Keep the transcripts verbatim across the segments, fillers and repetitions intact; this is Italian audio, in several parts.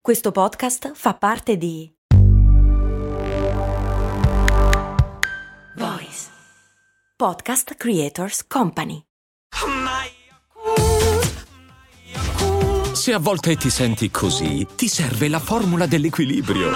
Questo podcast fa parte di Voice Podcast Creators Company. Se a volte ti senti così, ti serve la formula dell'equilibrio.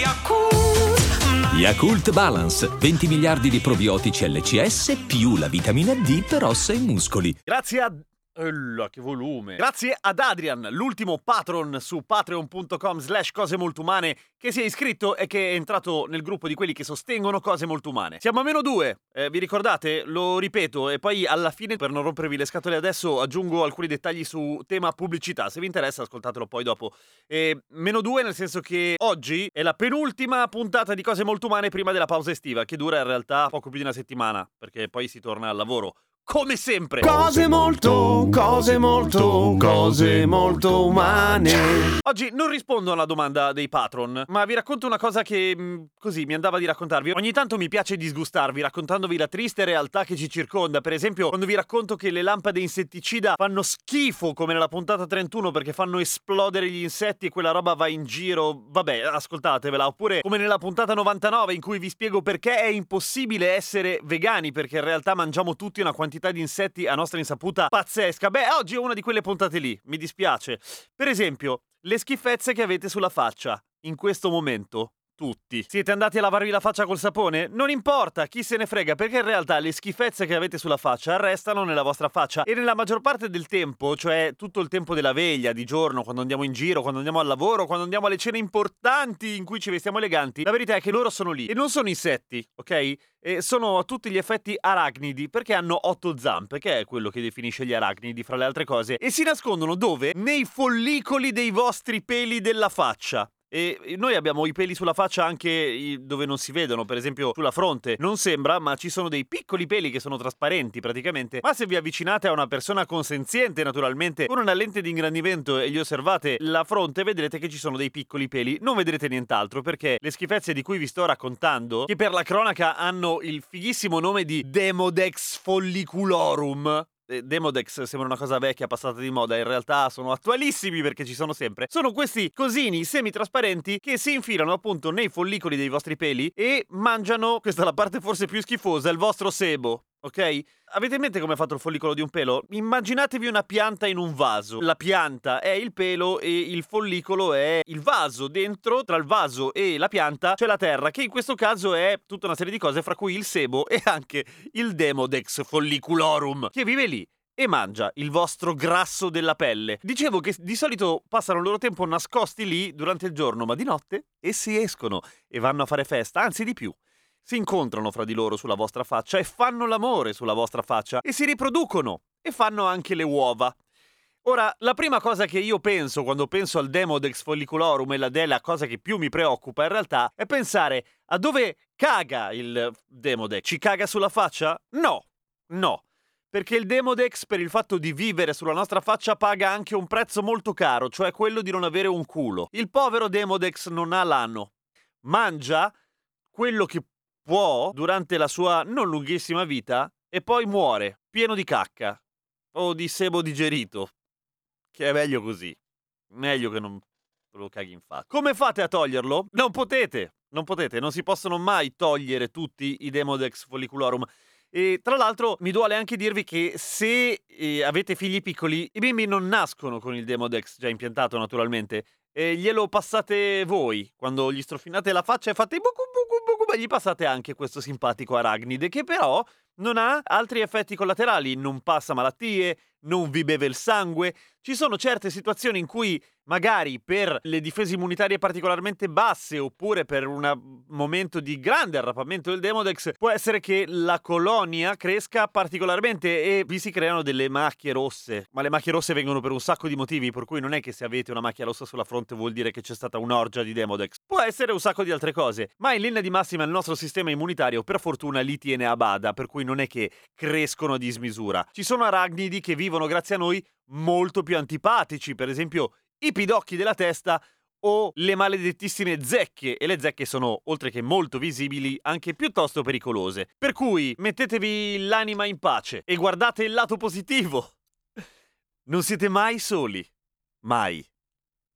Yakult Balance, venti miliardi di probiotici L C S più la vitamina D per ossa e muscoli. Grazie a... Ella, che volume! Grazie ad Adrian, l'ultimo patron su patreon.com slash cose molto umane, che si è iscritto e che è entrato nel gruppo di quelli che sostengono Cose Molto Umane. Siamo a meno due, eh, vi ricordate? Lo ripeto, e poi alla fine, per non rompervi le scatole adesso, aggiungo alcuni dettagli su tema pubblicità. Se vi interessa, ascoltatelo poi dopo. E meno due nel senso che oggi è la penultima puntata di Cose Molto Umane prima della pausa estiva, che dura in realtà poco più di una settimana, perché poi si torna al lavoro. Come sempre. Cose molto, cose molto, cose molto umane. Oggi non rispondo alla domanda dei patron, ma vi racconto una cosa che mh, così mi andava di raccontarvi. Ogni tanto mi piace disgustarvi raccontandovi la triste realtà che ci circonda. Per esempio, quando vi racconto che le lampade insetticida fanno schifo, come nella puntata trentuno, perché fanno esplodere gli insetti e quella roba va in giro. Vabbè, ascoltatevela. Oppure come nella puntata novantanove, in cui vi spiego perché è impossibile essere vegani, perché in realtà mangiamo tutti una quantità di insetti a nostra insaputa pazzesca. Beh, oggi è una di quelle puntate lì, mi dispiace. Per esempio, le schifezze che avete sulla faccia in questo momento. Tutti. Siete andati a lavarvi la faccia col sapone? Non importa, chi se ne frega, perché in realtà le schifezze che avete sulla faccia restano nella vostra faccia e nella maggior parte del tempo, cioè tutto il tempo della veglia, di giorno, quando andiamo in giro, quando andiamo al lavoro, quando andiamo alle cene importanti in cui ci vestiamo eleganti, la verità è che loro sono lì e non sono insetti, ok? E sono a tutti gli effetti arachnidi, perché hanno otto zampe, che è quello che definisce gli arachnidi fra le altre cose, e si nascondono dove? Nei follicoli dei vostri peli della faccia. E noi abbiamo i peli sulla faccia anche dove non si vedono, per esempio sulla fronte. Non sembra, ma ci sono dei piccoli peli che sono trasparenti praticamente. Ma se vi avvicinate a una persona consenziente, naturalmente, con una lente di ingrandimento e gli osservate la fronte, vedrete che ci sono dei piccoli peli. Non vedrete nient'altro, perché le schifezze di cui vi sto raccontando, che per la cronaca hanno il fighissimo nome di Demodex folliculorum. Demodex sembra una cosa vecchia passata di moda, in realtà sono attualissimi perché ci sono sempre. Sono questi cosini semitrasparenti che si infilano appunto nei follicoli dei vostri peli e mangiano, questa è la parte forse più schifosa, il vostro sebo. Ok? Avete in mente come è fatto il follicolo di un pelo? Immaginatevi una pianta in un vaso. La pianta è il pelo e il follicolo è il vaso. Dentro, tra il vaso e la pianta, c'è la terra, che in questo caso è tutta una serie di cose, fra cui il sebo e anche il Demodex folliculorum, che vive lì e mangia il vostro grasso della pelle. Dicevo che di solito passano il loro tempo nascosti lì durante il giorno, ma di notte essi escono e vanno a fare festa, anzi di più. Si incontrano fra di loro sulla vostra faccia e fanno l'amore sulla vostra faccia e si riproducono e fanno anche le uova. Ora, la prima cosa che io penso quando penso al Demodex folliculorum, e la è la cosa che più mi preoccupa in realtà, è pensare a dove caga il Demodex. Ci caga sulla faccia? No, no. Perché il Demodex, per il fatto di vivere sulla nostra faccia, paga anche un prezzo molto caro, cioè quello di non avere un culo. Il povero Demodex non ha l'ano. Mangia quello che può durante la sua non lunghissima vita e poi muore, pieno di cacca o di sebo digerito, che è meglio così, meglio che non lo caghi in faccia. Come fate a toglierlo? Non potete, non potete, non si possono mai togliere tutti i Demodex folliculorum. E tra l'altro mi duole anche dirvi che se eh, avete figli piccoli, i bimbi non nascono con il Demodex già impiantato naturalmente, e glielo passate voi quando gli strofinate la faccia e fate bucu bucu bucu, e gli passate anche questo simpatico arachnide, che però non ha altri effetti collaterali, non passa malattie, non vi beve il sangue. Ci sono certe situazioni in cui magari per le difese immunitarie particolarmente basse oppure per un momento di grande arrappamento del Demodex può essere che la colonia cresca particolarmente e vi si creano delle macchie rosse. Ma le macchie rosse vengono per un sacco di motivi, per cui non è che se avete una macchia rossa sulla fronte vuol dire che c'è stata un'orgia di Demodex. Può essere un sacco di altre cose, ma in linea di massima il nostro sistema immunitario per fortuna li tiene a bada, per cui non è che crescono a dismisura. Ci sono arachnidi che vivono grazie a noi molto più antipatici, per esempio i pidocchi della testa o le maledettissime zecche, e le zecche sono, oltre che molto visibili, anche piuttosto pericolose. Per cui mettetevi l'anima in pace e guardate il lato positivo. Non siete mai soli. Mai.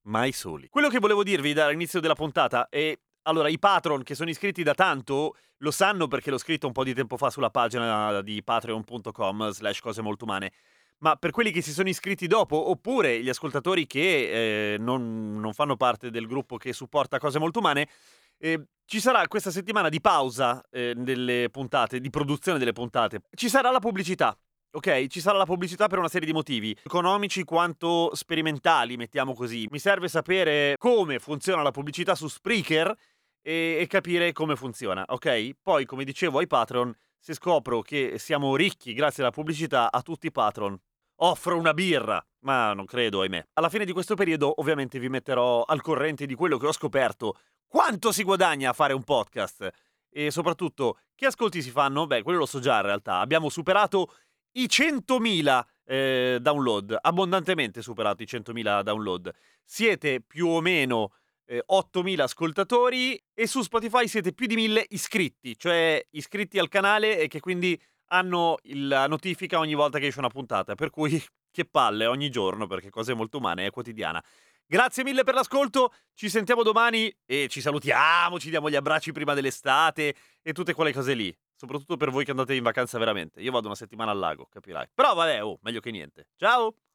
mai soli. Quello che volevo dirvi dall'inizio della puntata è... Allora, i patron che sono iscritti da tanto lo sanno perché l'ho scritto un po' di tempo fa sulla pagina di patreon.com slash cose molto umane. Ma per quelli che si sono iscritti dopo, oppure gli ascoltatori che eh, non, non fanno parte del gruppo che supporta Cose Molto Umane, eh, ci sarà questa settimana di pausa eh, delle puntate, di produzione delle puntate. Ci sarà la pubblicità, ok? Ci sarà la pubblicità per una serie di motivi, economici quanto sperimentali, mettiamo così. Mi serve sapere come funziona la pubblicità su Spreaker e, e capire come funziona, ok? Poi, come dicevo ai patron, se scopro che siamo ricchi grazie alla pubblicità, a tutti i patron offro una birra, ma non credo, ahimè. Alla fine di questo periodo ovviamente vi metterò al corrente di quello che ho scoperto, quanto si guadagna a fare un podcast e soprattutto che ascolti si fanno. Beh, quello lo so già in realtà. Abbiamo superato i centomila eh, download, abbondantemente superato i centomila download. Siete più o meno eh, ottomila ascoltatori e su Spotify siete più di mille iscritti, cioè iscritti al canale e che quindi hanno la notifica ogni volta che esce una puntata, per cui che palle ogni giorno, perché Cose Molto Umane è quotidiana. Grazie mille per l'ascolto, ci sentiamo domani e ci salutiamo, ci diamo gli abbracci prima dell'estate e tutte quelle cose lì, soprattutto per voi che andate in vacanza veramente. Io vado una settimana al lago, capirai. Però vabbè, oh, meglio che niente. Ciao!